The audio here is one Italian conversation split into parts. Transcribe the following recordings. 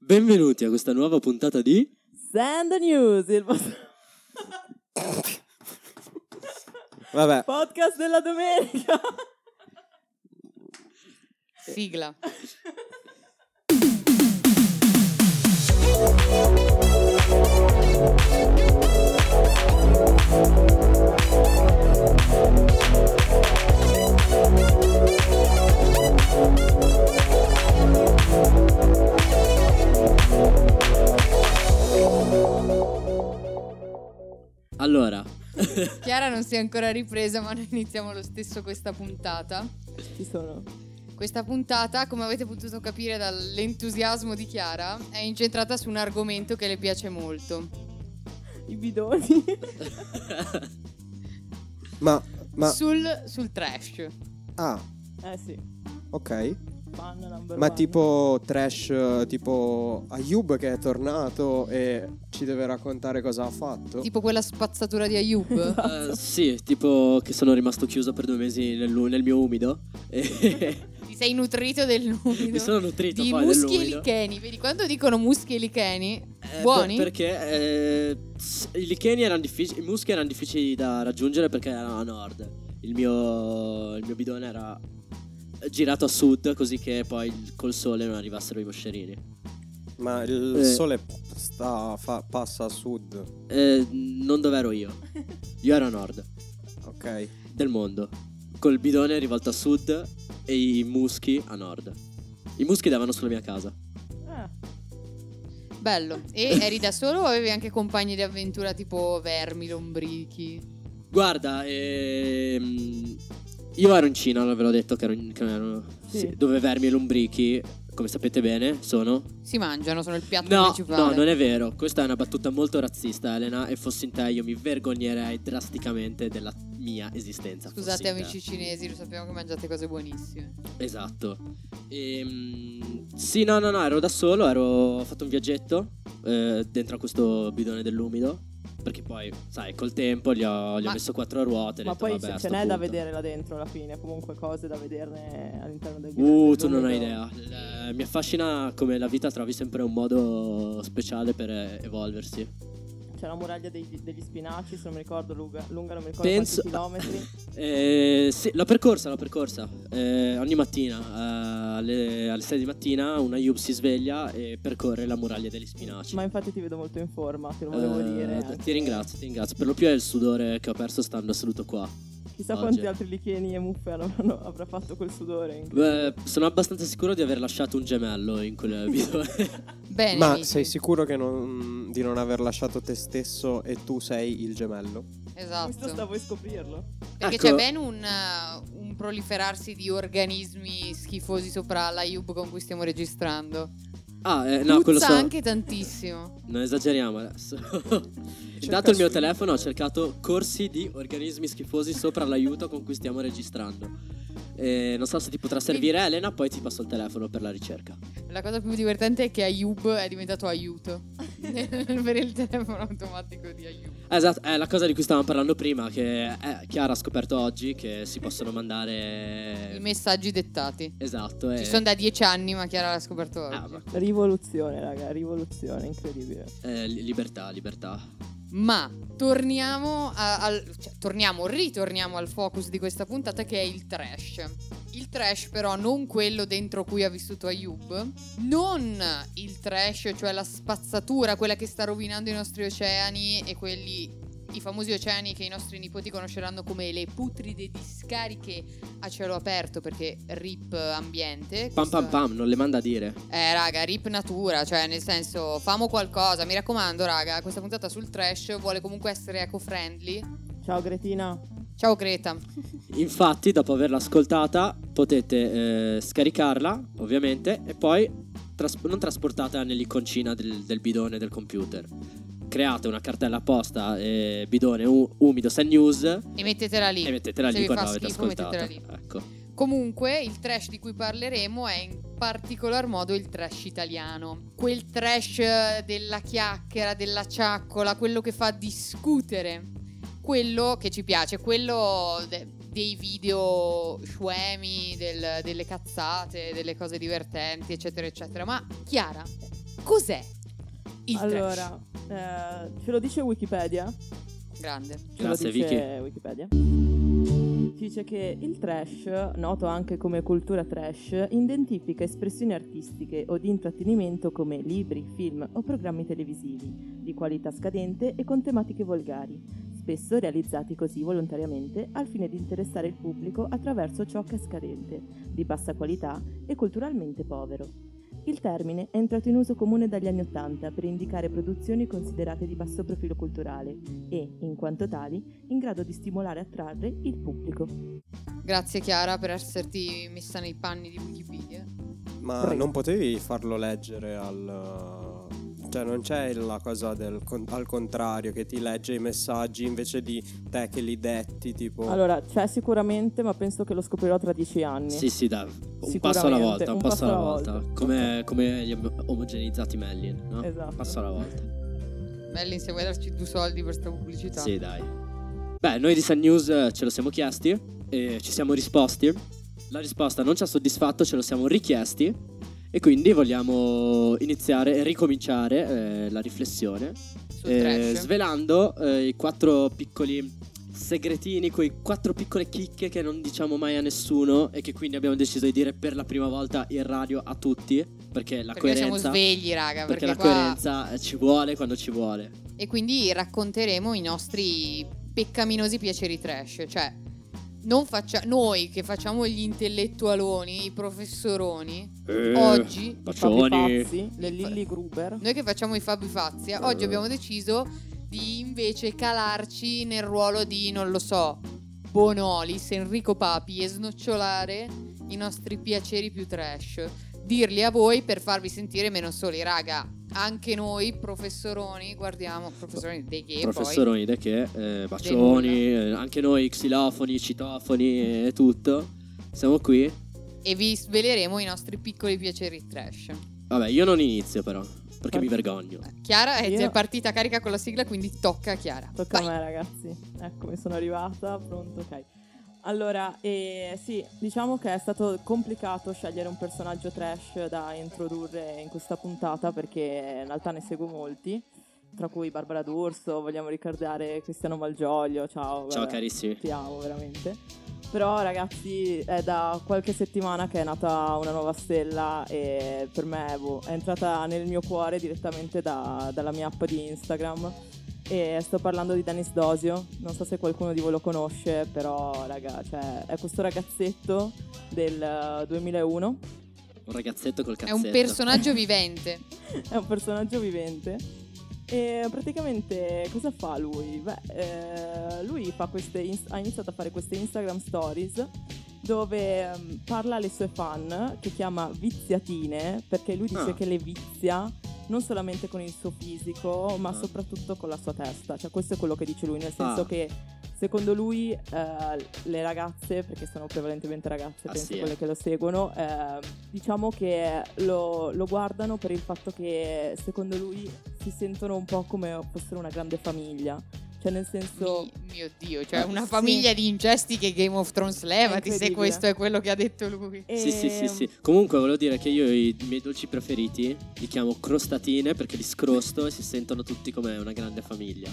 Benvenuti a questa nuova puntata di Sand News, il vostro Vabbè, podcast della domenica. Sigla. Allora, Chiara non si è ancora ripresa, ma noi iniziamo lo stesso questa puntata. Ci sono. Questa puntata, come avete potuto capire dall'entusiasmo di Chiara, è incentrata su un argomento che le piace molto. I bidoni. ma Sul trash. ah, Sì, ok. fan number Ma one. tipo trash, tipo Ayub che è tornato e ci deve raccontare cosa ha fatto. Tipo quella spazzatura di Ayub. sì, tipo che sono rimasto chiuso per 2 mesi nel mio umido e Ti sei nutrito dell'umido. mi sono nutrito di poi muschi e dell'umido. licheni. Vedi, quando dicono muschi e licheni, buoni? Perché i licheni erano difficili, i muschi erano difficili da raggiungere perché erano a nord. Il mio bidone era girato a sud, così che poi col sole non arrivassero i moscerini. Ma il sole passa a sud, Non dove ero io. Io ero a nord ok. del mondo, col bidone rivolto a sud e i muschi a nord. I muschi davano sulla mia casa. Ah, Bello. E eri da solo o avevi anche compagni di avventura tipo vermi, lombrichi? Guarda, io ero in Cina, ve l'ho detto che ero Sì. dove vermi e lombrichi, come sapete bene, sono. Si mangiano, sono il piatto No, principale. non è vero. Questa è una battuta molto razzista, Elena. E fossi in te io mi vergognerei drasticamente della mia esistenza. Scusate fossi in te. amici cinesi, lo sappiamo che mangiate cose buonissime. Esatto. Sì, no, ero da solo. Ho fatto un viaggetto dentro a questo bidone dell'umido. Perché poi, sai, col tempo gli ho messo 4 ruote. ma ho detto, poi vabbè, a ce sto n'è da punto. vedere là dentro alla fine. Comunque cose da vederne all'interno del bidone. Tu non hai dell'umido. idea. Mi affascina come la vita trovi sempre un modo speciale per evolversi. C'è la muraglia degli spinaci, se non mi ricordo, lunga non mi ricordo Penso- quanti chilometri. Sì, l'ho percorsa. Ogni mattina alle 6 di mattina una Ayub si sveglia e percorre la muraglia degli spinaci. Ma infatti ti vedo molto in forma, te lo volevo dire. Ti anche. ringrazio. Per lo più è il sudore che ho perso stando seduto qua. Chissà oggi. quanti altri licheni e muffe avrà fatto quel sudore. Beh, sono abbastanza sicuro di aver lasciato un gemello in quel video. Bene, Ma amici. sei sicuro che di non aver lasciato te stesso e tu sei il gemello? Questo Esatto. sta vuoi scoprirlo? Perché Ecco. c'è ben un proliferarsi di organismi schifosi sopra la Ayub con cui stiamo registrando. No, quello Puzza so. anche tantissimo. Non esageriamo adesso. Intanto il mio telefono ho cercato corsi di organismi schifosi sopra l'aiuto con cui stiamo registrando. Non so se ti potrà servire Elena, poi ti passo il telefono per la ricerca. La cosa più divertente è che Ayub è diventato aiuto per il telefono automatico di Ayub. Esatto, è la cosa di cui stavamo parlando prima, che Chiara ha scoperto oggi che si possono mandare I messaggi dettati. Esatto. Ci sono da 10 anni, ma Chiara l'ha scoperto oggi. ma- Rivoluzione, raga, rivoluzione, incredibile. libertà. Ma torniamo ritorniamo al focus di questa puntata, che è il trash. Il trash però non quello dentro cui ha vissuto Ayub, non il trash, cioè la spazzatura, quella che sta rovinando i nostri oceani e i famosi oceani che i nostri nipoti conosceranno come le putride discariche a cielo aperto, perché RIP ambiente. Pam, non le manda a dire. Raga, rip natura, cioè nel senso, famo qualcosa, mi raccomando raga, questa puntata sul trash vuole comunque essere eco-friendly. Ciao Gretina. Ciao Greta. Infatti, dopo averla ascoltata, potete scaricarla, ovviamente, e poi non trasportatela nell'iconcina del bidone del computer. Create una cartella apposta, bidone umido Sand News, E mettetela lì. e mettetela Se lì vi quando fa l'avete schifo, ascoltata. mettetela lì. Ecco. Comunque il trash di cui parleremo è in particolar modo il trash italiano. Quel trash della chiacchiera, della ciaccola, quello che fa discutere, quello che ci piace, quello dei video shuemi, delle cazzate, delle cose divertenti, eccetera, eccetera. Ma Chiara, cos'è il trash? Allora, ce lo dice Wikipedia. Grande. Ce lo Grazie, dice Wikipedia. Dice che il trash, noto anche come cultura trash, identifica espressioni artistiche o di intrattenimento come libri, film o programmi televisivi, di qualità scadente e con tematiche volgari, spesso realizzati così volontariamente al fine di interessare il pubblico attraverso ciò che è scadente, di bassa qualità e culturalmente povero. Il termine è entrato in uso comune dagli anni '80 per indicare produzioni considerate di basso profilo culturale e, in quanto tali, in grado di stimolare e attrarre il pubblico. Grazie Chiara per esserti messa nei panni di Wikipedia. Ma Prego. non potevi farlo leggere cioè non c'è la cosa al contrario, che ti legge i messaggi invece di te che li detti, tipo... Allora, c'è sicuramente, ma penso che lo scoprirò tra 10 anni. Sì, dai, un Sicuramente, passo alla volta, un un passo alla passo alla volta. volta. Come gli omogenizzati Mellin, no? Esatto. Un passo alla volta. Mellin, se vuoi darci 2 soldi per sta pubblicità. Sì, dai. Beh, noi di Sun News ce lo siamo chiesti e ci siamo risposti. La risposta non ci ha soddisfatto, ce lo siamo richiesti e quindi vogliamo iniziare e ricominciare la riflessione Sul trash. svelando i 4 piccoli segretini, quei 4 piccole chicche che non diciamo mai a nessuno e che quindi abbiamo deciso di dire per la prima volta in radio a tutti, perché la Perché siamo coerenza, svegli, raga. perché la qua... coerenza ci vuole quando ci vuole. E quindi racconteremo i nostri peccaminosi piaceri trash. Cioè, noi che facciamo gli intellettualoni, i professoroni, oggi, Bacioni. Fabi Fazzi, le Lilly Gruber. noi che facciamo i Fabi Fazia, oggi abbiamo deciso di invece calarci nel ruolo di, non lo so, Bonolis, Enrico Papi e snocciolare i nostri piaceri più trash. Dirli a voi per farvi sentire meno soli, raga. Anche noi, professoroni, guardiamo, professoroni dei che Professoroni da che, bacioni, anche noi xilofoni, citofoni e tutto. Siamo qui. poi, e vi sveleremo i nostri piccoli piaceri trash. Vabbè, io non inizio però, perché mi vergogno. Chiara è Io- già partita carica con la sigla, quindi tocca a Chiara. Tocca Vai. a me, ragazzi. Eccomi, sono arrivata, pronto, ok. Allora, sì, diciamo che è stato complicato scegliere un personaggio trash da introdurre in questa puntata perché in realtà ne seguo molti, tra cui Barbara D'Urso, vogliamo ricordare Cristiano Malgioglio, ciao. Ciao vabbè, carissimi. ti amo veramente. Però ragazzi è da qualche settimana che è nata una nuova stella e per me è entrata nel mio cuore direttamente dalla mia app di Instagram. E sto parlando di Dennis Dosio, non so se qualcuno di voi lo conosce, però raga, cioè, è questo ragazzetto del 2001, Un ragazzetto col È cazzetto. un personaggio vivente. è un personaggio vivente e praticamente cosa fa lui? Beh, lui fa ha iniziato a fare queste Instagram stories dove parla alle sue fan, che chiama viziatine, perché lui dice Ah. che le vizia non solamente con il suo fisico, ma Ah. soprattutto con la sua testa. Cioè questo è quello che dice lui, nel senso Ah. che secondo lui le ragazze, perché sono prevalentemente ragazze, Ah, penso sì, quelle che lo seguono, diciamo che lo guardano per il fatto che secondo lui si sentono un po' come fossero una grande famiglia. Cioè nel senso... Mio Dio, cioè una sì. famiglia di incesti che Game of Thrones levati se incredibile. questo è quello che ha detto lui. Sì. Comunque volevo dire che io i miei dolci preferiti li chiamo crostatine perché li scrosto e si sentono tutti come una grande famiglia.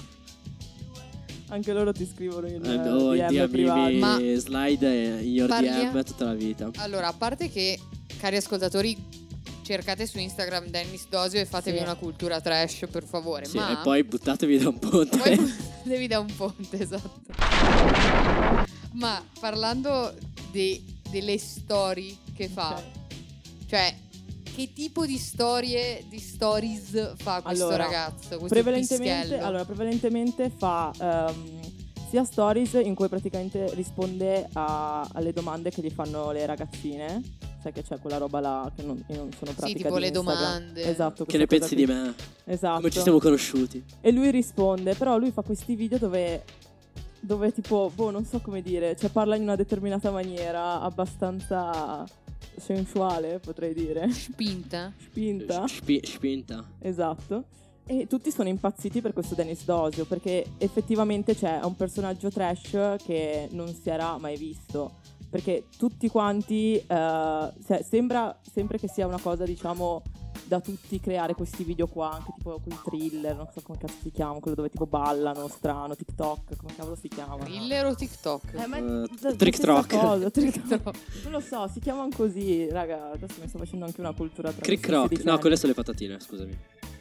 Anche loro ti scrivono in I DM privati. Ma- slide in your Parlia- DM tutta la vita. Allora, a parte che, cari ascoltatori, cercate su Instagram Dennis Dosio e fatevi Sì. una cultura trash, per favore. Sì, ma e poi buttatevi da un ponte. poi devi da un ponte, esatto. Ma parlando delle storie che fa, Ok. cioè che tipo di stories fa questo Allora, ragazzo, questo Prevalentemente, pischello? allora, prevalentemente fa sia stories in cui praticamente risponde alle domande che gli fanno le ragazzine. Sai che c'è quella roba là che io non sono pratica tipo di le Instagram. domande. Esatto. Che ne questa pensi cosa di qui. me? Esatto. Come ci siamo conosciuti? E lui risponde, però lui fa questi video dove tipo, non so come dire, cioè parla in una determinata maniera abbastanza sensuale, potrei dire, Spinta? spinta. Spinta. Esatto. E tutti sono impazziti per questo Dennis Dosio, perché effettivamente è un personaggio trash che non si era mai visto. Perché tutti quanti sembra sempre che sia una cosa, diciamo, da tutti creare questi video qua, anche tipo quei thriller, non so come cazzo si chiama, quello dove tipo ballano, strano, TikTok, come cavolo si chiama? Thriller o TikTok? Ma Trick Trock. Non lo so, si chiamano così, raga, adesso mi sto facendo anche una cultura tra Crick questi Rock. 16 No, anni. quelle sono le patatine, scusami.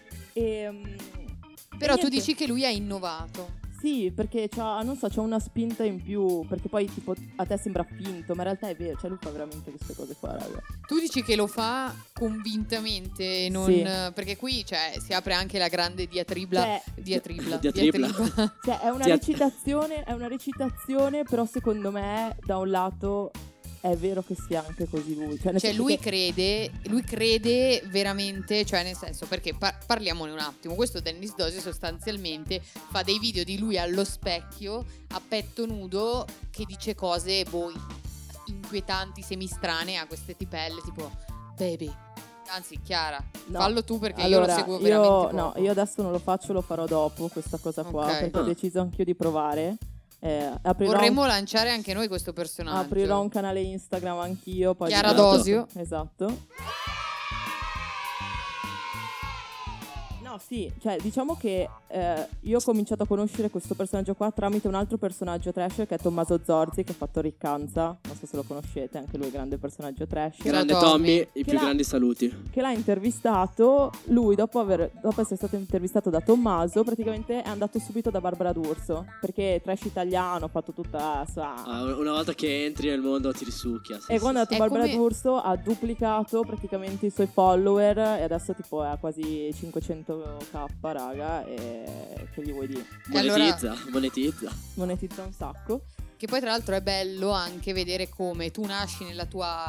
Però tu niente. dici che lui ha innovato. Sì, perché non so, c'ha una spinta in più, perché poi tipo a te sembra finto, ma in realtà è vero, cioè lui fa veramente queste cose qua, raga. Tu dici che lo fa convintamente, non... Sì. perché qui si apre anche la grande diatriba. Diatriba. Cioè è una recitazione, però secondo me da un lato è vero che sia anche così lui. Cioè, nel Cioè senso lui che- crede veramente, cioè nel senso, perché parliamone un attimo, questo Dennis Dosio sostanzialmente fa dei video di lui allo specchio a petto nudo che dice cose inquietanti, semistrane a queste tipelle tipo baby. Anzi, Chiara, No. fallo tu perché Allora, io lo seguo veramente poco. No, io adesso non lo faccio, lo farò dopo questa cosa qua, Ok. perché ho deciso anch'io di provare. Vorremmo lanciare anche noi questo personaggio. Aprirò un canale Instagram anch'io. Poi Chiara Esatto. Dosio. Esatto. No, sì, cioè diciamo che io ho cominciato a conoscere questo personaggio qua tramite un altro personaggio trash che è Tommaso Zorzi, che ha fatto Riccanza, non so se lo conoscete, anche lui è grande personaggio trash. Grande Tommy. Tommy, i Che più la- grandi saluti. Che l'ha intervistato, lui dopo essere stato intervistato da Tommaso, praticamente è andato subito da Barbara D'Urso, perché trash italiano, ha fatto tutta la sua... Una volta che entri nel mondo ti risucchia. Sì, E quando è sì, andato È Barbara come- D'Urso ha duplicato praticamente i suoi follower e adesso tipo è a quasi 500k, raga, e che gli vuoi dire? sì. Monetizza. Monetizza un sacco. Che poi tra l'altro è bello anche vedere come tu nasci nel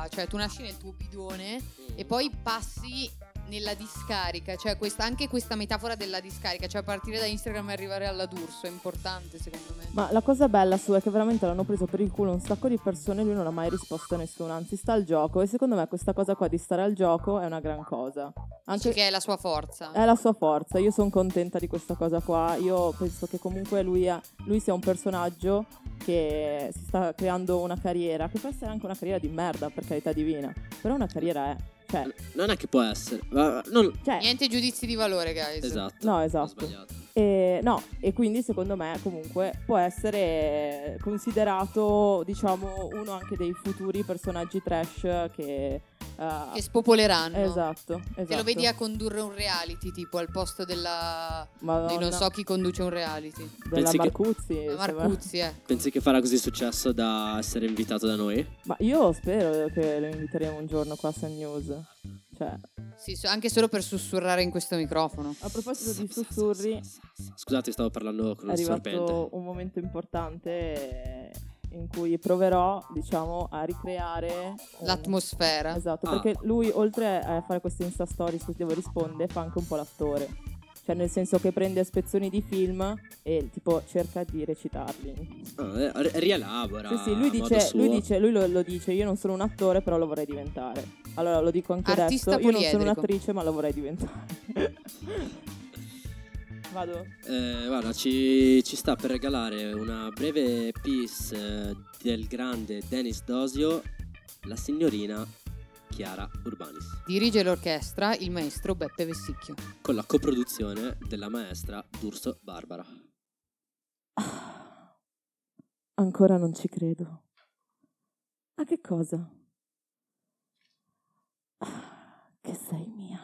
tuo bidone e poi passi nella discarica, cioè anche questa metafora della discarica, cioè partire da Instagram e arrivare alla D'Urso è importante secondo me. Ma la cosa bella sua è che veramente l'hanno preso per il culo un sacco di persone e lui non ha mai risposto a nessuno, anzi sta al gioco, e secondo me questa cosa qua di stare al gioco è una gran cosa. Dici che è la sua forza. È la sua forza, io sono contenta di questa cosa qua, io penso che comunque lui sia un personaggio che si sta creando una carriera, che può essere anche una carriera di merda, per carità divina, però una carriera è, cioè, Non è che può essere. cioè Niente giudizi di valore, guys. Esatto. No, ho esatto. sbagliato. e quindi secondo me comunque può essere considerato, diciamo, uno anche dei futuri personaggi trash che Che spopoleranno. esatto. Che lo vedi a condurre un reality, tipo al posto della... Madonna, Io non so chi conduce un reality. della Pensi che- Marcuzzi, Marcuzzi, Pensi che farà così successo da essere invitato da noi? ma io spero che lo inviteremo un giorno qua a Sun News, cioè, Sì, anche solo per sussurrare in questo microfono. a proposito di sussurri, Scusate, stavo parlando con è un serpente. arrivato un momento importante in cui proverò, diciamo, a ricreare L'atmosfera. Esatto, Ah. perché lui oltre a fare queste Insta Stories su cui devo rispondere, fa anche un po' l'attore. Cioè nel senso che prende spezzoni di film e tipo cerca di recitarli. Rielabora. Sì, lui a modo suo. lo dice, io non sono un attore, però lo vorrei diventare. Allora lo dico anche Artista adesso, io non sono poliedrico. un'attrice, ma lo vorrei diventare. Vado? Guarda, ci sta per regalare una breve piece del grande Dennis Dosio, la signorina Chiara Urbanis, Dirige l'orchestra il maestro Beppe Vessicchio. con la coproduzione della maestra D'Urso Barbara. Ancora non ci credo. A che cosa? Che sei mia.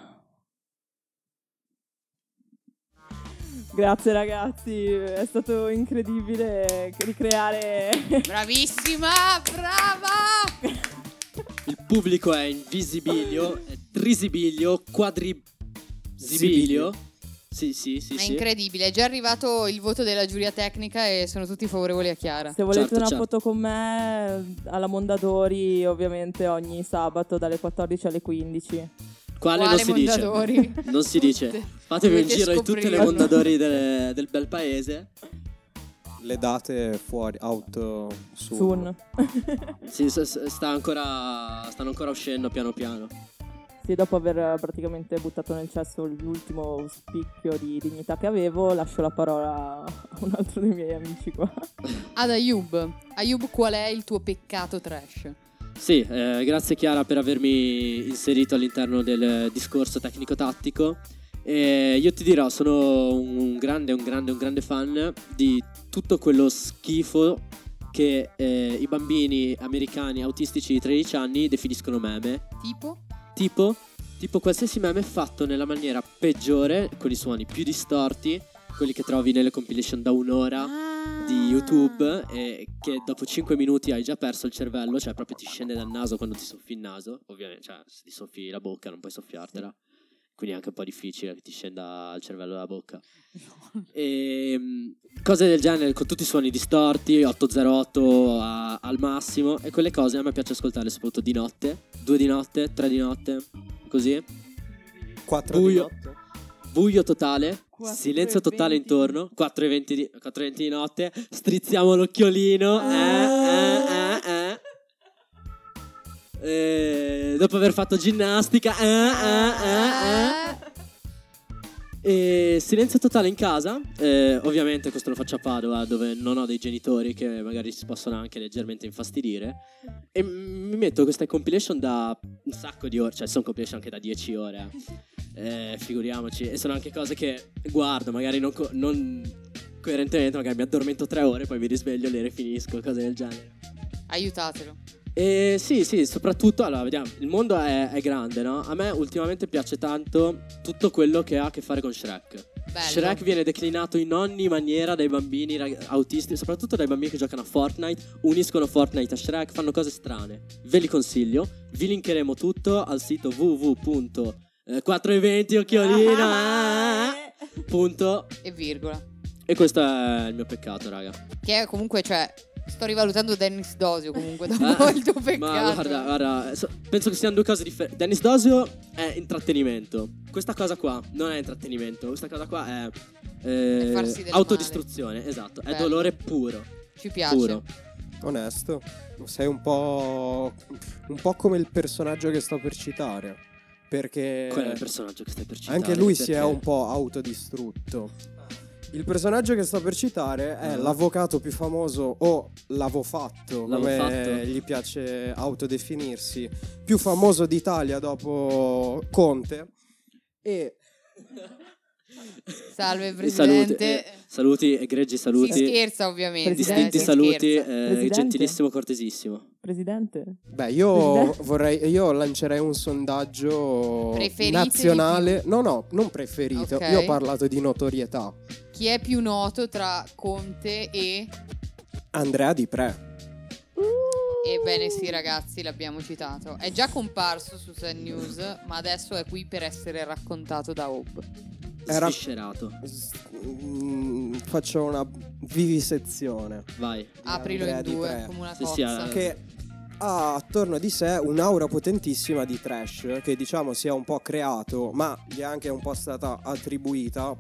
Grazie ragazzi, è stato incredibile ricreare... Bravissima, brava! Il pubblico è invisibilio, è trisibilio, quadrisibilio. Sì. È incredibile, è già arrivato il voto della giuria tecnica e sono tutti favorevoli a Chiara. Se volete Certo. una foto con me, alla Mondadori, ovviamente ogni sabato dalle 14 alle 15. Quale non Quale si dice. Mondadori? Non si dice. Tutte. Fatevi un Dovete giro di tutte le scoprirlo. mondadori del bel paese. Le date fuori, out Soon. Sì, stanno ancora uscendo piano piano. Sì, dopo aver praticamente buttato nel cesso l'ultimo spicchio di dignità che avevo, lascio la parola a un altro dei miei amici qua. Ad Ayub. Ayub, qual è il tuo peccato trash? Sì, grazie Chiara per avermi inserito all'interno del discorso tecnico-tattico. E io ti dirò, sono un grande fan di tutto quello schifo che i bambini americani autistici di 13 anni definiscono meme. Tipo qualsiasi meme fatto nella maniera peggiore, con i suoni più distorti, quelli che trovi nelle compilation da un'ora di YouTube, e che dopo 5 minuti hai già perso il cervello, cioè proprio ti scende dal naso quando ti soffi il naso. Ovviamente, cioè, se ti soffi la bocca non puoi soffiartela, quindi è anche un po' difficile che ti scenda il cervello dalla bocca. E cose del genere, con tutti i suoni distorti, 808 al massimo, e quelle cose a me piace ascoltarle soprattutto di notte, 2 di notte, 3 di notte, così 4 buio. di notte. Buio totale, 4:20 silenzio totale intorno, 4:20 di notte, strizziamo l'occhiolino, dopo aver fatto ginnastica, e silenzio totale in casa. Ovviamente questo lo faccio a Padova, dove non ho dei genitori che magari si possono anche leggermente infastidire, e mi metto queste compilation da un sacco di ore, cioè sono compilation anche da 10 ore, figuriamoci, e sono anche cose che guardo magari non coerentemente, magari mi addormento 3 ore, poi mi risveglio, le rifinisco, cose del genere. Aiutatelo. E sì, soprattutto, allora vediamo, il mondo è grande, no? A me ultimamente piace tanto tutto quello che ha a che fare con Shrek. Bello. Shrek viene declinato in ogni maniera dai bambini autisti, soprattutto dai bambini che giocano a Fortnite, uniscono Fortnite a Shrek, fanno cose strane. Ve li consiglio, vi linkeremo tutto al sito www.420 occhiolina punto E virgola. e questo è il mio peccato, raga. Che è comunque, cioè, sto rivalutando Dennis Dosio comunque dopo il tuo peccato. Ma guarda, penso che siano due cose differenti. Dennis Dosio è intrattenimento. Questa cosa qua non è intrattenimento. Questa cosa qua è farsi del autodistruzione. male. Esatto, è Bello. dolore puro. Ci piace. Puro. Onesto. Sei un po' come il personaggio che sto per citare. Perché Qual è il personaggio che stai per citare? anche lui si è Perché? un po' autodistrutto. Il personaggio che sto per citare è l'avvocato più famoso, o l'avofatto, come L'avofatto. gli piace autodefinirsi, più famoso d'Italia dopo Conte. E Salve E Presidente. saluti, egregi saluti. Si scherza ovviamente. Presidente. Distinti si saluti, scherza. Presidente. gentilissimo, cortesissimo. Presidente? beh, io lancerei un sondaggio Preferite nazionale. di No, non preferito. Ok. Io ho parlato di notorietà. Chi è più noto tra Conte e... Andrea Di Pre. Ebbene sì ragazzi, l'abbiamo citato. È già comparso su Sad News, ma adesso è qui per essere raccontato da Hope. Era- Sviscerato. Faccio una vivisezione. Vai. Aprilo Andrea in Di due Pre. come una Sì, cozza. sì, Che ha attorno di sé un'aura potentissima di trash, che diciamo si è un po' creato, ma gli è anche un po' stata attribuita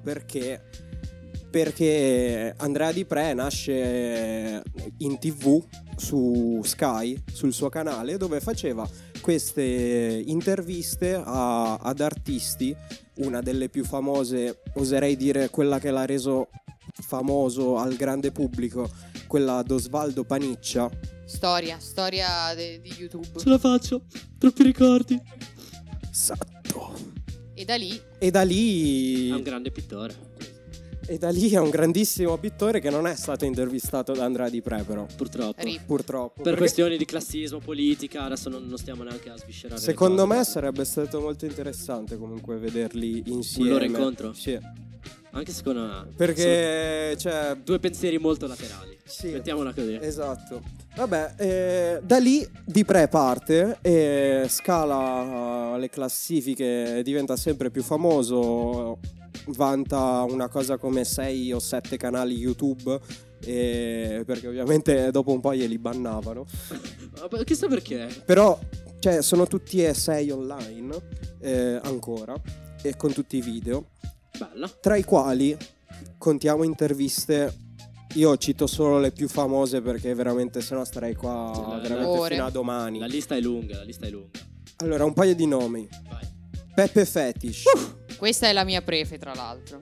perché Andrea Di Pre nasce in TV su Sky, sul suo canale, dove faceva queste interviste ad artisti. Una delle più famose, oserei dire quella che l'ha reso famoso al grande pubblico, quella d'Osvaldo Paniccia. Storia di YouTube. Ce la faccio. Troppi ricordi. Esatto. E da lì E da lì È un grande pittore. E da lì è un grandissimo pittore che non è stato intervistato da Andrea Di Pre, però. Purtroppo. RIP. Purtroppo. Per Perché questioni di classismo, politica, adesso non stiamo neanche a sviscerare. le secondo cose. me sarebbe stato molto interessante comunque vederli insieme. Un loro incontro? Sì. Anche secondo me. Perché, cioè... Sono due pensieri molto laterali. Sì. Mettiamola così. Esatto. Vabbè, da lì Di Pre parte e scala le classifiche, diventa sempre più famoso, vanta una cosa come 6 o 7 canali YouTube, perché ovviamente dopo un po' glieli bannavano. Ma chissà perché. Però, cioè, sono tutti e 6 online ancora, e con tutti i video, Bella. tra i quali contiamo interviste. Io cito solo le più famose perché veramente sennò starei qua veramente ore. fino a domani. La lista è lunga, Allora, un paio di nomi. Vai. Peppe Fetish, questa è la mia prefe tra l'altro.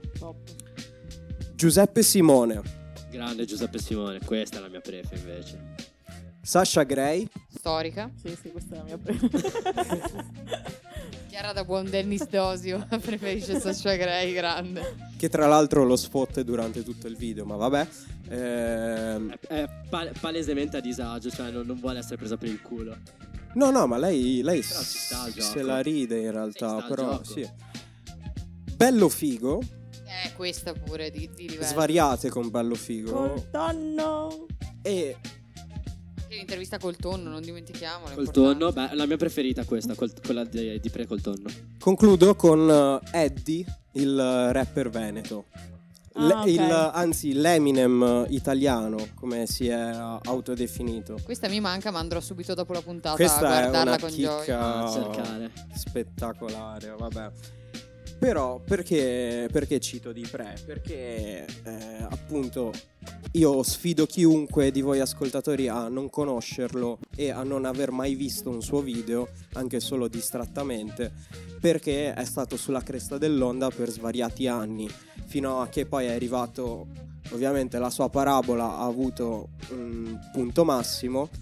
Giuseppe Simone, Grande Giuseppe Simone, questa è la mia prefe invece. Sasha Grey, Storica. Sì, questa è la mia preferita. Chiara da buon Dennis Dosio preferisce Sasha Grey, grande. che tra l'altro lo sfotte durante tutto il video, ma vabbè. È palesemente a disagio, cioè non vuole essere presa per il culo. No, ma lei Però ci sta al se gioco. la ride in Sì, realtà, sta al però gioco. sì. Bello figo, Questa pure di livello. svariate con bello figo. Col tonno. E Anche l'intervista col tonno, non dimentichiamola. Col tonno, beh, la mia preferita questa, quella di Pre col tonno. concludo con Eddie, il rapper veneto. Ah, ok. Anzi, l'Eminem italiano, come si è autodefinito. Questa mi manca, ma andrò subito dopo la puntata Questa a è guardarla una con chicca gioia. A cercare. spettacolare, vabbè. Però perché cito Di Pre? Perché appunto io sfido chiunque di voi ascoltatori a non conoscerlo e a non aver mai visto un suo video, anche solo distrattamente, perché è stato sulla cresta dell'onda per svariati anni, fino a che poi è arrivato, ovviamente la sua parabola ha avuto un punto massimo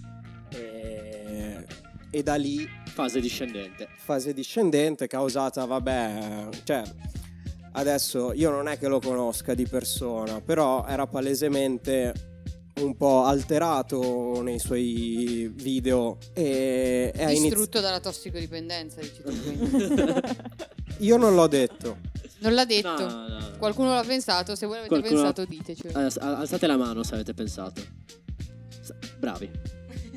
e da lì Fase discendente. fase discendente causata, vabbè, cioè adesso io non è che lo conosca di persona, però era palesemente un po' alterato nei suoi video e ha Distrutto dalla tossicodipendenza, dici tu, quindi. Io non l'ho detto. Non l'ha detto. No. Qualcuno l'ha pensato, se voi l'avete Qualcuno- pensato ditecelo. Alzate la mano se avete pensato. Bravi.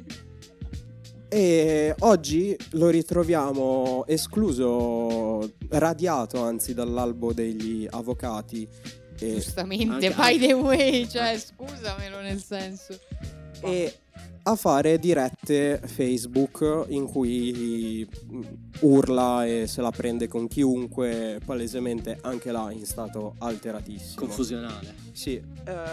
E oggi lo ritroviamo escluso, radiato anzi dall'albo degli avvocati e, Giustamente, anche- by the way, cioè scusamelo nel senso. e a fare dirette Facebook in cui urla e se la prende con chiunque, palesemente anche là in stato alteratissimo. Confusionale. Sì,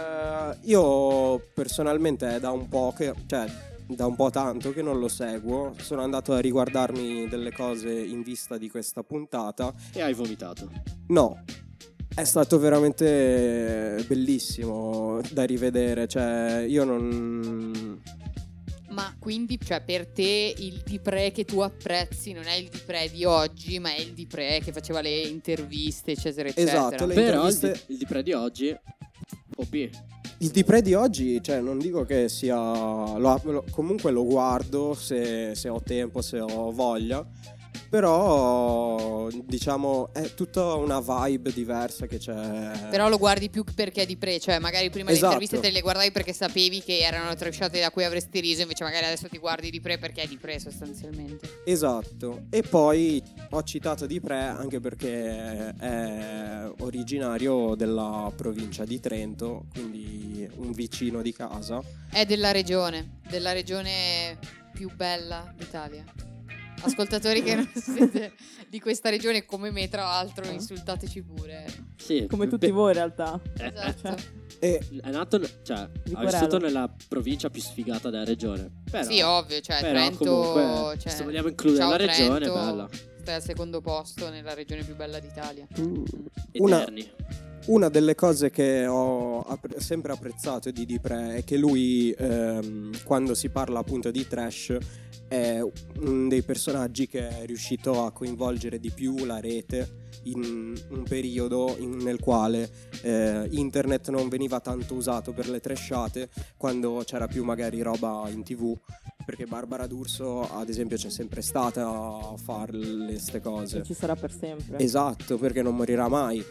io personalmente è da un po' che, cioè da un po' tanto che non lo seguo, sono andato a riguardarmi delle cose in vista di questa puntata. E hai vomitato. No, è stato veramente bellissimo da rivedere, cioè io non... Ma quindi, cioè, per te il Di Pre che tu apprezzi non è il Di Pre di oggi, ma è il Di Pre che faceva le interviste, eccetera, eccetera. Esatto, le Però interviste... il di Pre di oggi OP. Il Di Pre di oggi, cioè non dico che sia... comunque lo guardo se ho tempo, se ho voglia, però diciamo è tutta una vibe diversa che c'è. Però lo guardi più perché è Di Pre, cioè magari prima Esatto. le interviste te le guardavi perché sapevi che erano trasciate da cui avresti riso, invece magari adesso ti guardi Di Pre perché è Di Pre sostanzialmente. Esatto, e poi ho citato Di Pre anche perché è originario della provincia di Trento, quindi un vicino di casa. È della regione più bella d'Italia. Ascoltatori che non siete di questa regione come me, tra l'altro, insultateci pure. Sì. Come tutti voi in realtà. Esatto. E È nato, cioè, ha Liquorello. vissuto nella provincia più sfigata della regione. Però, Sì, ovvio, cioè però Trento, comunque, cioè, se vogliamo includere ciao, la regione, Trento, bella. stai al secondo posto nella regione più bella d'Italia. Una- Eterni. una delle cose che ho sempre apprezzato di Di Pre è che lui, quando si parla appunto di trash, è uno dei personaggi che è riuscito a coinvolgere di più la rete in un periodo nel quale internet non veniva tanto usato per le trashate, quando c'era più magari roba in TV, perché Barbara D'Urso ad esempio c'è sempre stata a fare ste cose. E ci sarà per sempre. Esatto, perché non morirà mai.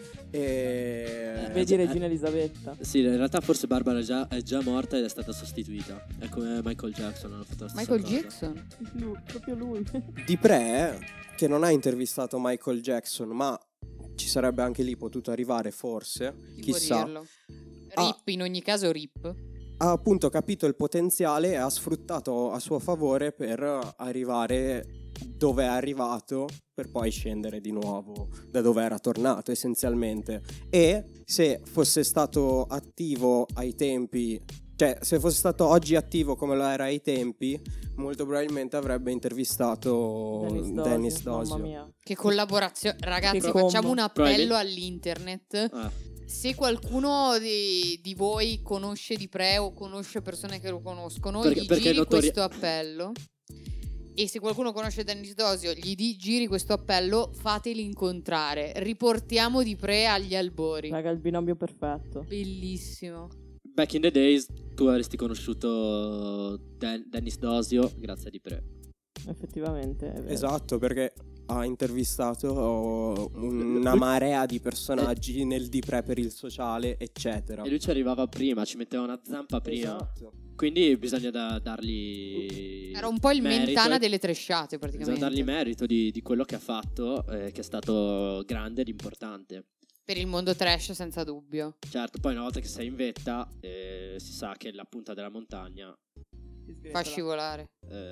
Vedi Regina Elisabetta. Sì, in realtà forse Barbara è già morta ed è stata sostituita. È come Michael Jackson, hanno fatto la stessa Michael cosa. Jackson? Proprio lui. Di Pre, che non ha intervistato Michael Jackson, ma ci sarebbe anche lì potuto arrivare forse, Chi può chissà, dirlo? Ah. Rip, in ogni caso Rip. ha appunto capito il potenziale e ha sfruttato a suo favore per arrivare dove è arrivato, per poi scendere di nuovo da dove era tornato essenzialmente. E se fosse stato attivo ai tempi, cioè se fosse stato oggi attivo come lo era ai tempi, molto probabilmente avrebbe intervistato Dennis Dosio. Mamma mia. Che collaborazione. Ragazzi, Che combo. facciamo un appello Probabilmente- all'internet. Se qualcuno di voi conosce Di Pre o conosce persone che lo conoscono, Perché gli giri notori- questo appello. E se qualcuno conosce Dennis D'Osio, giri questo appello, fateli incontrare. Riportiamo Di Pre agli albori. Raga, il binomio perfetto. Bellissimo. Back in the days tu avresti conosciuto Dennis D'Osio grazie a Di Pre. Effettivamente, è vero. Esatto, perché ha intervistato una marea di personaggi nel Di Pre per il sociale, eccetera. E lui ci arrivava prima, ci metteva una zampa prima. Esatto. Quindi bisogna dargli Era un po' il merito, Mentana delle tresciate, bisogna praticamente. dargli merito di quello che ha fatto, che è stato grande ed importante. Per il mondo trash, senza dubbio. Certo, poi una volta che sei in vetta si sa che la punta della montagna Fa scivolare.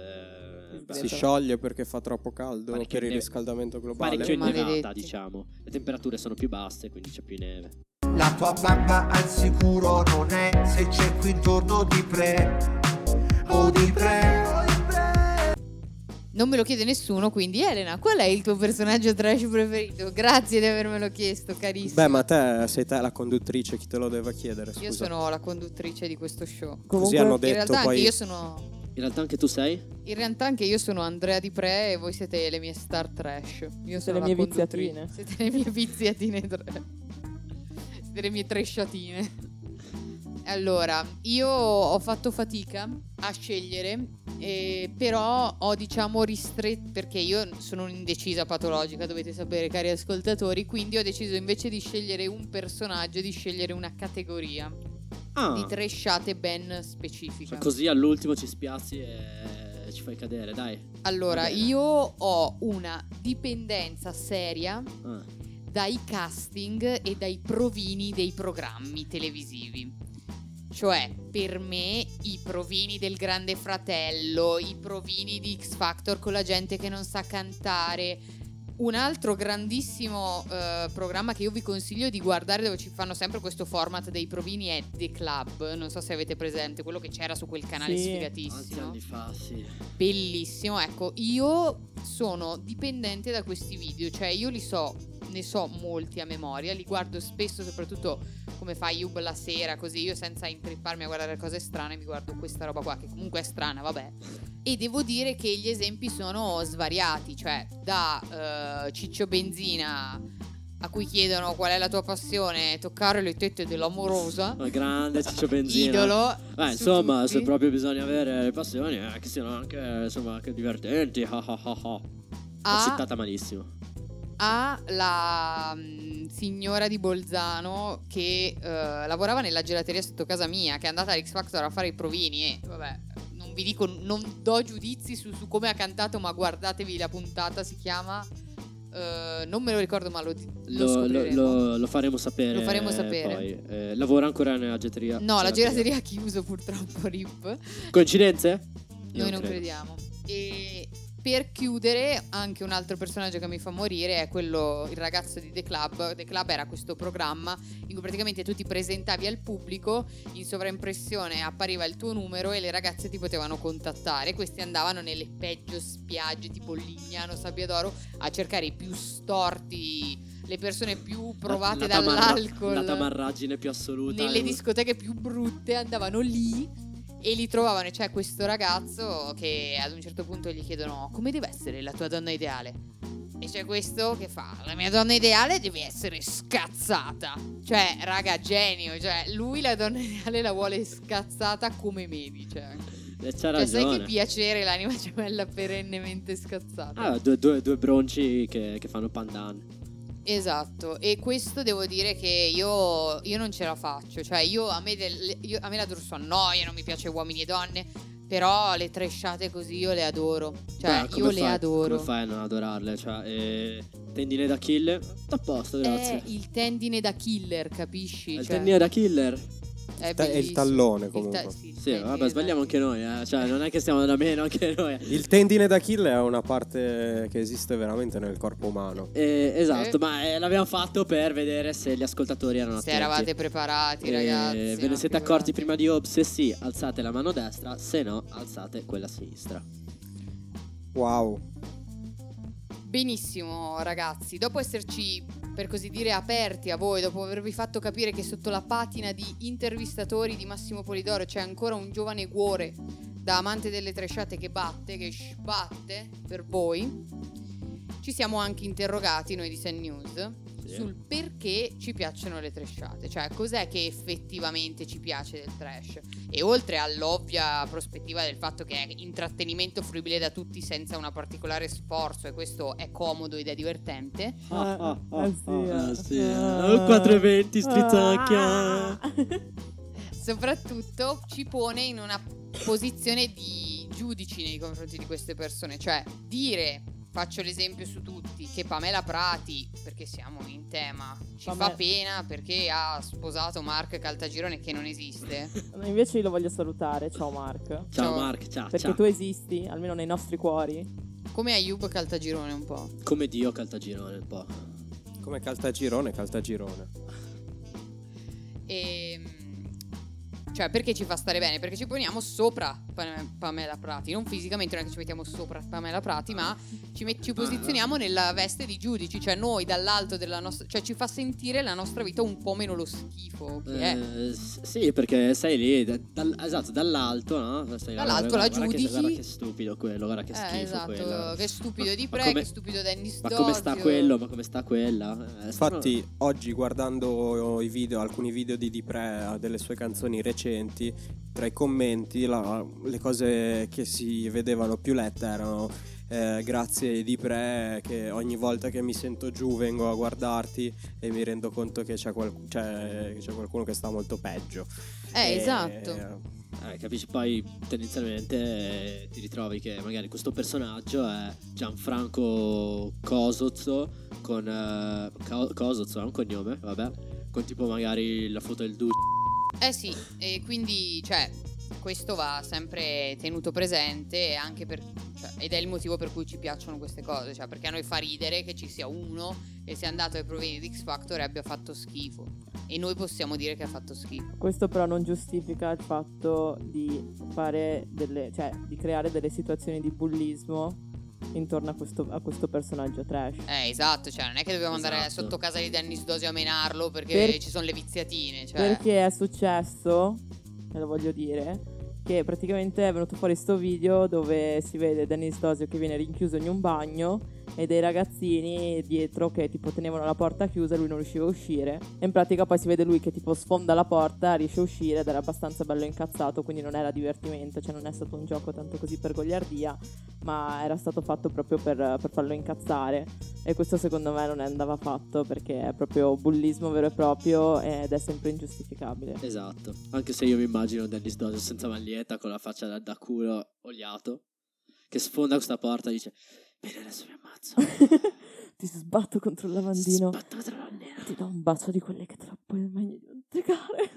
Si scioglie perché fa troppo caldo Parecchio per il neve. riscaldamento globale. parecchio innevata, Maledetti. diciamo. Le temperature sono più basse, quindi c'è più neve. La tua bamba al sicuro non è se c'è qui intorno Di Pre o Di Pre. Non me lo chiede nessuno, quindi Elena, qual è il tuo personaggio trash preferito? Grazie di avermelo chiesto, carissima. Beh, ma sei te la conduttrice, chi te lo deve chiedere, scusa. Io sono la conduttrice di questo show. Così hanno In detto realtà poi anche io sono... In realtà anche tu sei? In realtà anche io sono Andrea Di Pre e voi siete le mie star trash. Io sono le la mie conduttrice. viziatine. Siete le mie viziatine siete le mie tresciatine. Allora, io ho fatto fatica a scegliere, però ho diciamo ristretto, perché io sono un'indecisa patologica, dovete sapere cari ascoltatori, quindi ho deciso invece di scegliere un personaggio, di scegliere una categoria di trashate ben specifica. Così all'ultimo ci spiazzi e ci fai cadere, dai. Allora, Va bene. io ho una dipendenza seria Ah. dai casting e dai provini dei programmi televisivi. Cioè, per me, i provini del Grande Fratello, i provini di X Factor con la gente che non sa cantare. Un altro grandissimo programma che io vi consiglio di guardare, dove ci fanno sempre questo format dei provini, è The Club. Non so se avete presente, quello che c'era su quel canale Sì. Tanti sfigatissimo. anni fa, sì. Bellissimo, ecco, io sono dipendente da questi video, cioè io ne so molti a memoria, li guardo spesso, soprattutto come fa Yub la sera, così io senza intripparmi a guardare cose strane mi guardo questa roba qua, che comunque è strana, vabbè. E devo dire che gli esempi sono svariati, cioè da Ciccio Benzina, a cui chiedono qual è la tua passione, toccare le tette dell'amorosa, Ma grande Ciccio Benzina. idolo. Beh, su insomma, tutti. se proprio bisogna avere le passioni, che siano anche, insomma, anche divertenti. L'ho citata malissimo. Ha la signora di Bolzano che lavorava nella gelateria sotto casa mia, che è andata all'X Factor a fare i provini e vabbè, non vi dico, non do giudizi su come ha cantato, ma guardatevi la puntata, si chiama non me lo ricordo, ma lo scopriremo. Lo faremo sapere. Lo faremo sapere. Poi. Lavora ancora nella gelateria? No, la gelateria ha chiuso purtroppo, RIP. Coincidenze? Noi non credo. crediamo. E per chiudere, anche un altro personaggio che mi fa morire è quello, il ragazzo di The Club. The Club era questo programma in cui praticamente tu ti presentavi al pubblico, in sovraimpressione appariva il tuo numero e le ragazze ti potevano contattare. Questi andavano nelle peggio spiagge tipo Lignano, Sabbiadoro a cercare i più storti, le persone più provate dall'alcol, La tamarraggine più assoluta. nelle discoteche più brutte, andavano lì e li trovavano. C'è questo ragazzo che ad un certo punto gli chiedono: come deve essere la tua donna ideale? E c'è questo che fa: la mia donna ideale deve essere scazzata. Cioè, raga, genio. Cioè, lui la donna ideale la vuole scazzata come me, dice. C'ha Cioè, ragione. sai che piacere l'anima gemella perennemente scazzata. Due bronci che fanno pandan. Esatto, e questo devo dire che io non ce la faccio. Cioè, a me la D'Urso annoia, non mi piace uomini e donne, però le trashate così io le adoro. Cioè, Beh, come io le fai- adoro. Come fai a non adorarle? Cioè, tendine da killer? A posto, grazie. È il tendine da killer, capisci? Il Cioè, tendine da killer? è È il bellissimo. tallone, Il comunque. sì, il Sì, tendine vabbè, da- sbagliamo anche noi, Cioè, non è che stiamo da meno anche noi. Il tendine d'Achille è una parte che esiste veramente nel corpo umano. Esatto, ma l'abbiamo fatto per vedere se gli ascoltatori erano Se attenti. eravate preparati, ragazzi. Ve ne ma siete figurati. accorti prima di Hobbes? Se sì, alzate la mano destra, se no, alzate quella sinistra. Wow. Benissimo, ragazzi. Dopo esserci per così dire, aperti a voi, dopo avervi fatto capire che sotto la patina di intervistatori di Massimo Polidoro c'è ancora un giovane cuore da amante delle trashate che sbatte per voi, ci siamo anche interrogati noi di Sen News sul perché ci piacciono le trashate, cioè cos'è che effettivamente ci piace del trash, e oltre all'ovvia prospettiva del fatto che è intrattenimento fruibile da tutti senza una particolare sforzo, e questo è comodo ed è divertente. Sì. 4,20 strizzacchia. Soprattutto ci pone in una posizione di giudici nei confronti di queste persone, cioè dire, faccio l'esempio su tutti, che Pamela Prati, perché siamo in tema, ci fa pena perché ha sposato Mark Caltagirone, che non esiste. Invece io lo voglio salutare. Ciao Mark. Ciao Mark, ciao. Perché tu esisti, almeno nei nostri cuori. Come Ayub Caltagirone un po'. Come Dio Caltagirone un po'. Come Caltagirone. Cioè, perché ci fa stare bene? Perché ci poniamo sopra Pamela Prati, non fisicamente, non è che ci mettiamo sopra Pamela Prati, ma ci posizioniamo nella veste di giudici, cioè noi dall'alto della nostra, cioè ci fa sentire la nostra vita un po' meno lo schifo che è. Sì, perché sei lì, esatto, dall'alto, no? Dall'alto la giudici. Guarda che stupido quello, guarda che schifo esatto, quello. che stupido di Pre, che stupido Dennis Dosio. Ma come sta quello, ma come sta quella? Infatti oggi, guardando alcuni video di Pre, delle sue canzoni recenti, tra i commenti le cose che si vedevano più lette erano grazie di Pre, che ogni volta che mi sento giù vengo a guardarti e mi rendo conto che c'è qualcuno che sta molto peggio. Esatto. Capisci? Poi tendenzialmente ti ritrovi che magari questo personaggio è Gianfranco Cosozzo con Cosozzo è un cognome, vabbè, con tipo magari la foto del duce. Sì, e quindi, cioè, questo va sempre tenuto presente anche ed è il motivo per cui ci piacciono queste cose, cioè perché a noi fa ridere che ci sia uno che sia andato ai provini di X Factor e abbia fatto schifo, e noi possiamo dire che ha fatto schifo. Questo però non giustifica il fatto di fare di creare delle situazioni di bullismo intorno a questo personaggio trash. Esatto, cioè non è che dobbiamo andare sotto casa di Dennis Dosio a menarlo perché ci sono le viziatine, cioè. Perché è successo, e lo voglio dire, che praticamente è venuto fuori sto video dove si vede Dennis Dosio che viene rinchiuso in un bagno e dei ragazzini dietro che tipo tenevano la porta chiusa e lui non riusciva a uscire, e in pratica poi si vede lui che tipo sfonda la porta, riesce a uscire ed era abbastanza bello incazzato, quindi non era divertimento, cioè non è stato un gioco tanto così per goliardia, ma era stato fatto proprio per farlo incazzare, e questo secondo me non andava fatto perché è proprio bullismo vero e proprio ed è sempre ingiustificabile. Esatto, anche se io mi immagino Dennis Dosio senza maglietta con la faccia da culo oliato che sfonda questa porta e dice: bene, adesso mi ammazzo. Ti sbatto contro il lavandino. Ti do un bacio di quelle che te la puoi mai dimenticare.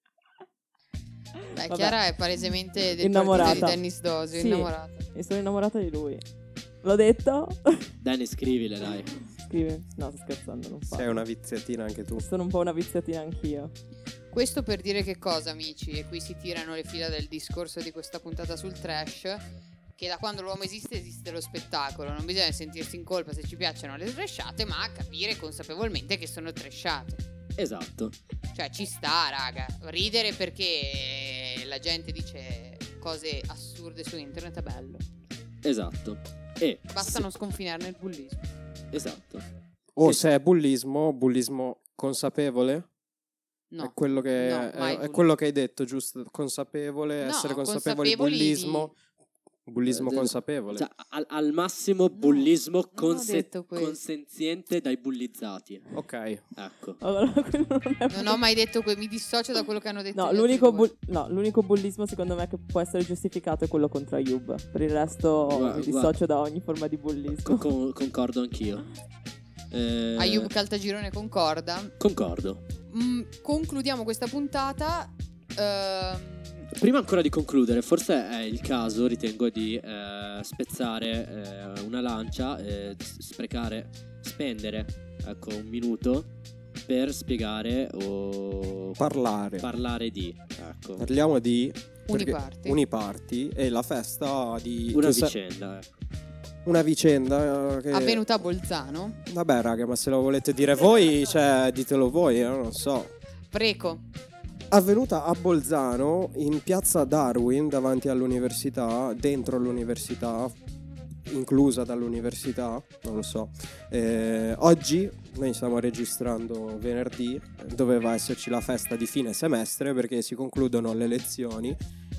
Beh, Chiara è palesemente del innamorata partito di Dennis Dosio, sì, innamorata. E sono innamorata di lui. L'ho detto? Dennis, scrivile, dai. Scrivi. No, sto scherzando, non fa. Sei una viziatina anche tu. Sono un po' una viziatina anch'io. Questo per dire che cosa, amici? E qui si tirano le fila del discorso di questa puntata sul trash, che da quando l'uomo esiste lo spettacolo. Non bisogna sentirsi in colpa se ci piacciono le trashate, ma capire consapevolmente che sono trashate. Esatto. Cioè ci sta, raga. Ridere perché la gente dice cose assurde su internet è bello. Esatto. Basta non sconfinare nel bullismo. Esatto. Se è bullismo consapevole? No. È quello che è quello che hai detto, giusto? Consapevole, No, essere consapevoli, bullismo consapevole. Cioè, al massimo bullismo consenziente dai bullizzati. Ok. Ecco. Allora, non ho mai detto mi dissocio da quello che hanno detto. No, l'unico bullismo secondo me che può essere giustificato è quello contro Ayub. Per il resto mi dissocio da ogni forma di bullismo. Concordo anch'io. Ayub Caltagirone concorda. Concordo. Concludiamo questa puntata. Prima ancora di concludere, forse è il caso, ritengo, di spezzare una lancia, spendere un minuto per spiegare o parlare di. Ecco. Parliamo di Uniparty e la festa di una vicenda. una vicenda che... Avvenuta a Bolzano. Vabbè raga, ma se lo volete dire voi, cioè ditelo voi, non so. Preco. Avvenuta a Bolzano, in piazza Darwin, davanti all'università, dentro l'università, inclusa dall'università, non lo so. Oggi noi stiamo registrando venerdì, doveva esserci la festa di fine semestre perché si concludono le lezioni.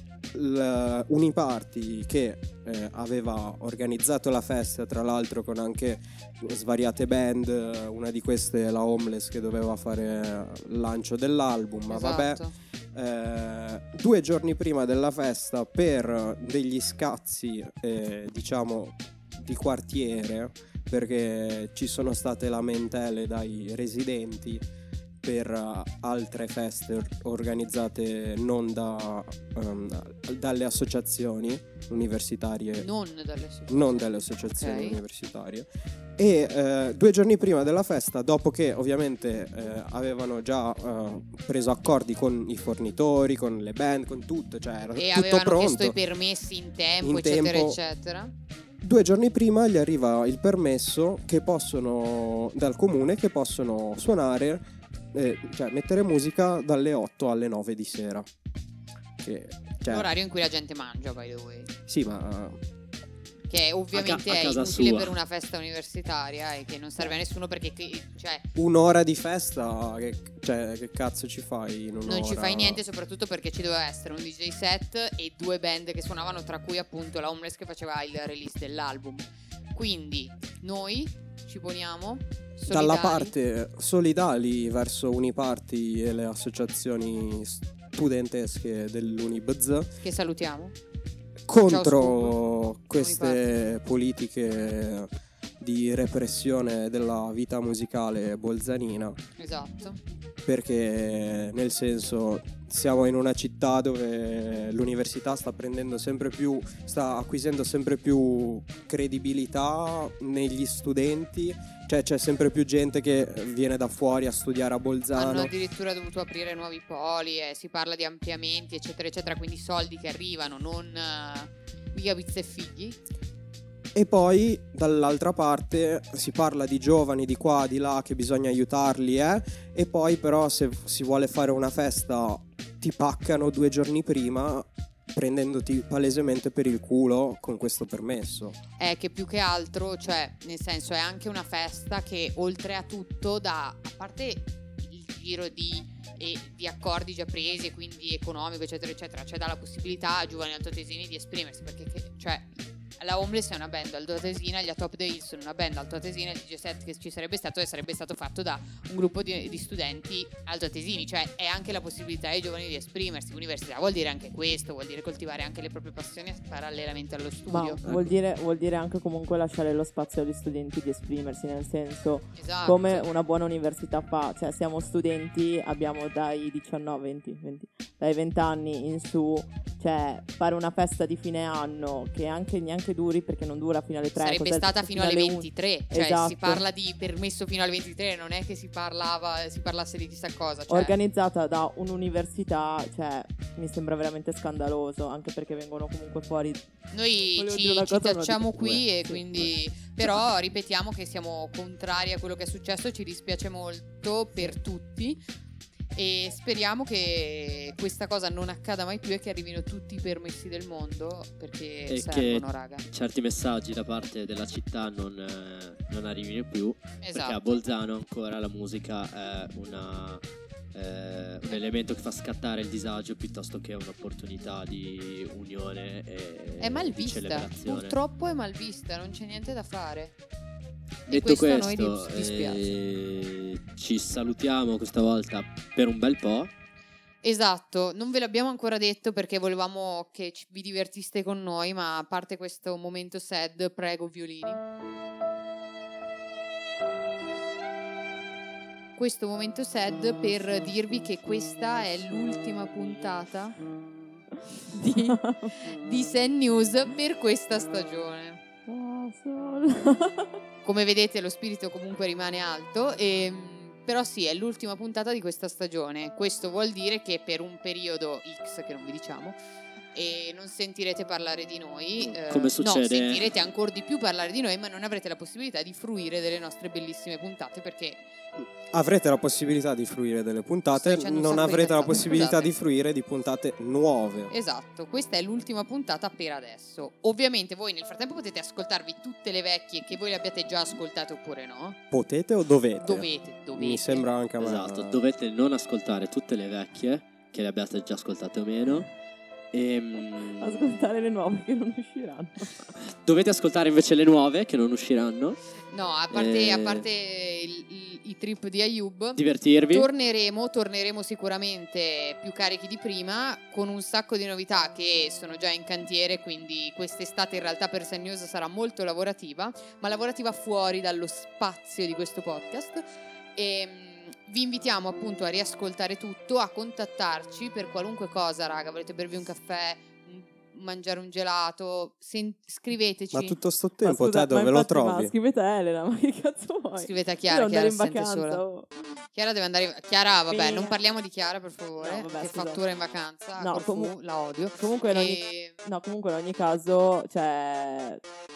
Uniparty, che aveva organizzato la festa, tra l'altro con anche svariate band, una di queste è la Homeless, che doveva fare il lancio dell'album, ma Esatto. vabbè, 2 giorni prima della festa, per degli scazzi diciamo di quartiere, perché ci sono state lamentele dai residenti per altre feste organizzate non dalle associazioni universitarie, Non dalle associazioni okay, Ok. universitarie. E 2 giorni prima della festa, dopo che ovviamente avevano già preso accordi con i fornitori, con le band, con tutto, cioè era E tutto avevano pronto. chiesto i permessi in tempo, In eccetera, tempo. eccetera. 2 giorni prima gli arriva il permesso dal comune che possono suonare, cioè mettere musica dalle 8 alle 9 di sera. Cioè, L'orario in cui la gente mangia, by the way. sì, ma Che ovviamente a è casa inutile sua. per una festa universitaria e che non serve a nessuno perché cioè, un'ora di festa, che cazzo ci fai in un'ora? non ci fai niente, soprattutto perché ci doveva essere un DJ set e 2 band che suonavano, tra cui appunto la Homeless che faceva il release dell'album. Quindi noi ci poniamo solidali. Dalla parte solidali verso Uniparty e le associazioni studentesche dell'Unibz che salutiamo. contro Ciao, queste politiche di repressione della vita musicale bolzanina, Esatto. perché nel senso siamo in una città dove l'università sta acquisendo sempre più credibilità negli studenti, cioè c'è sempre più gente che viene da fuori a studiare a Hanno Bolzano. addirittura dovuto aprire nuovi poli e si parla di ampliamenti, eccetera, eccetera, quindi soldi che arrivano, non gigabits e figli. E poi dall'altra parte si parla di giovani di qua, di là, che bisogna aiutarli, e poi però se si vuole fare una festa ti paccano 2 giorni prima prendendoti palesemente per il culo con questo permesso. È che più che altro, cioè, nel senso, è anche una festa che oltre a tutto dà, a parte il giro di accordi già presi e quindi economico, eccetera, eccetera, cioè dà la possibilità a giovani altoatesini di esprimersi, perché cioè la Homeless è una band altoatesina, gli Atop the Hills sono una band altoatesina, il DJ set che ci sarebbe stato fatto da un gruppo di studenti altoatesini, cioè è anche la possibilità ai giovani di esprimersi. Università vuol dire anche questo, vuol dire coltivare anche le proprie passioni parallelamente allo Ma studio. vuol dire anche comunque lasciare lo spazio agli studenti di esprimersi, nel senso, Esatto. come una buona università fa, cioè siamo studenti, abbiamo dai 20 anni in su, cioè fare una festa di fine anno che anche neanche duri, perché non dura fino alle 3, sarebbe stata fino alle 23, cioè Esatto. si parla di permesso fino alle 23, non è che si parlasse di chissà cosa, cioè, organizzata da un'università, cioè mi sembra veramente scandaloso, anche perché vengono comunque fuori. noi Volevo ci dire una cosa, ma tacciamo dico qui due. e Sì, quindi però ripetiamo che siamo contrari a quello che è successo, ci dispiace molto per tutti e speriamo che questa cosa non accada mai più e che arrivino tutti i permessi del mondo, perché E servono, che raga. certi messaggi da parte della città non arrivino più, perché a Esatto. Bolzano ancora la musica è un elemento che fa scattare il disagio piuttosto che un'opportunità di unione e È mal di vista, celebrazione. purtroppo è mal vista, non c'è niente da fare. E Detto questo a noi questo, dispiace. ci salutiamo questa volta per un bel po'. Esatto, non ve l'abbiamo ancora detto perché volevamo che vi divertiste con noi, ma a parte questo momento sad, prego violini. Questo momento sad per dirvi che questa è l'ultima puntata di Sad News per questa stagione. Come vedete lo spirito comunque rimane alto però sì, è l'ultima puntata di questa stagione. Questo vuol dire che per un periodo X, che non vi diciamo, e non sentirete parlare di noi. Come succede? No, sentirete ancora di più parlare di noi, ma non avrete la possibilità di fruire delle nostre bellissime puntate, perché Avrete la possibilità di fruire delle puntate, Sto dicendo un non sacco di avrete la cazzate, possibilità scusate. di fruire di puntate nuove. esatto, questa è l'ultima puntata per adesso. Ovviamente voi nel frattempo potete ascoltarvi tutte le vecchie, che voi le abbiate già ascoltate oppure no. Potete o dovete? Dovete. Mi sembra anche a me. Esatto, dovete non ascoltare tutte le vecchie, che le abbiate già ascoltate o meno. Ascoltare le nuove che non usciranno. Dovete ascoltare invece le nuove, che non usciranno. No, a parte i trip di Ayub, Divertirvi. torneremo sicuramente più carichi di prima, con un sacco di novità che sono già in cantiere, quindi quest'estate in realtà per Sun News sarà molto lavorativa, ma lavorativa fuori dallo spazio di questo podcast. E vi invitiamo appunto a riascoltare tutto, a contattarci per qualunque cosa, raga. Volete bervi un caffè, mangiare un gelato, scriveteci. Ma tutto sto tempo scusa, te dove lo infatti, trovi? Ma scrivete a Elena, ma che cazzo vuoi? Scrivete a Io Chiara, devo andare in si sente vacanza. sola. oh. Chiara deve andare. Chiara, vabbè, Figlia. non parliamo di Chiara, per favore. No, vabbè, che scusa. fattura in vacanza. No, Corfù, la odio. Comunque in ogni E- comunque in ogni caso, cioè,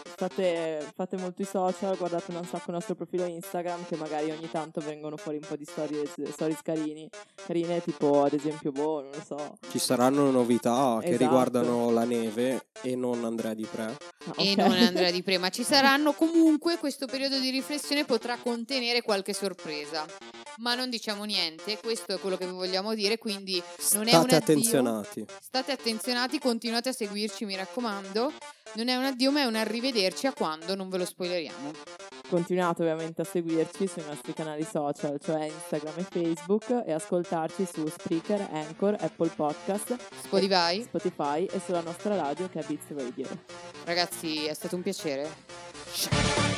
fate molto i social, guardate un sacco il nostro profilo Instagram, che magari ogni tanto vengono fuori un po' di stories carine, tipo ad esempio, non lo so. Ci saranno novità che Esatto. riguardano la neve e non Andrea Di Pre. E Ok. non Andrea Di Pre, ma ci saranno comunque. Questo periodo di riflessione potrà contenere qualche sorpresa, ma non diciamo niente. Questo è quello che vi vogliamo dire, quindi non è un State addio. attenzionati. State attenzionati, continuate a seguirci, mi raccomando. Non è un addio, ma è un arrivederci, a quando non ve lo spoileriamo. Continuate ovviamente a seguirci sui nostri canali social, cioè Instagram e Facebook, e ascoltarci su Spreaker, Anchor, Apple Podcast, Spotify. e sulla nostra radio che è Beats Radio. Ragazzi, è stato un piacere.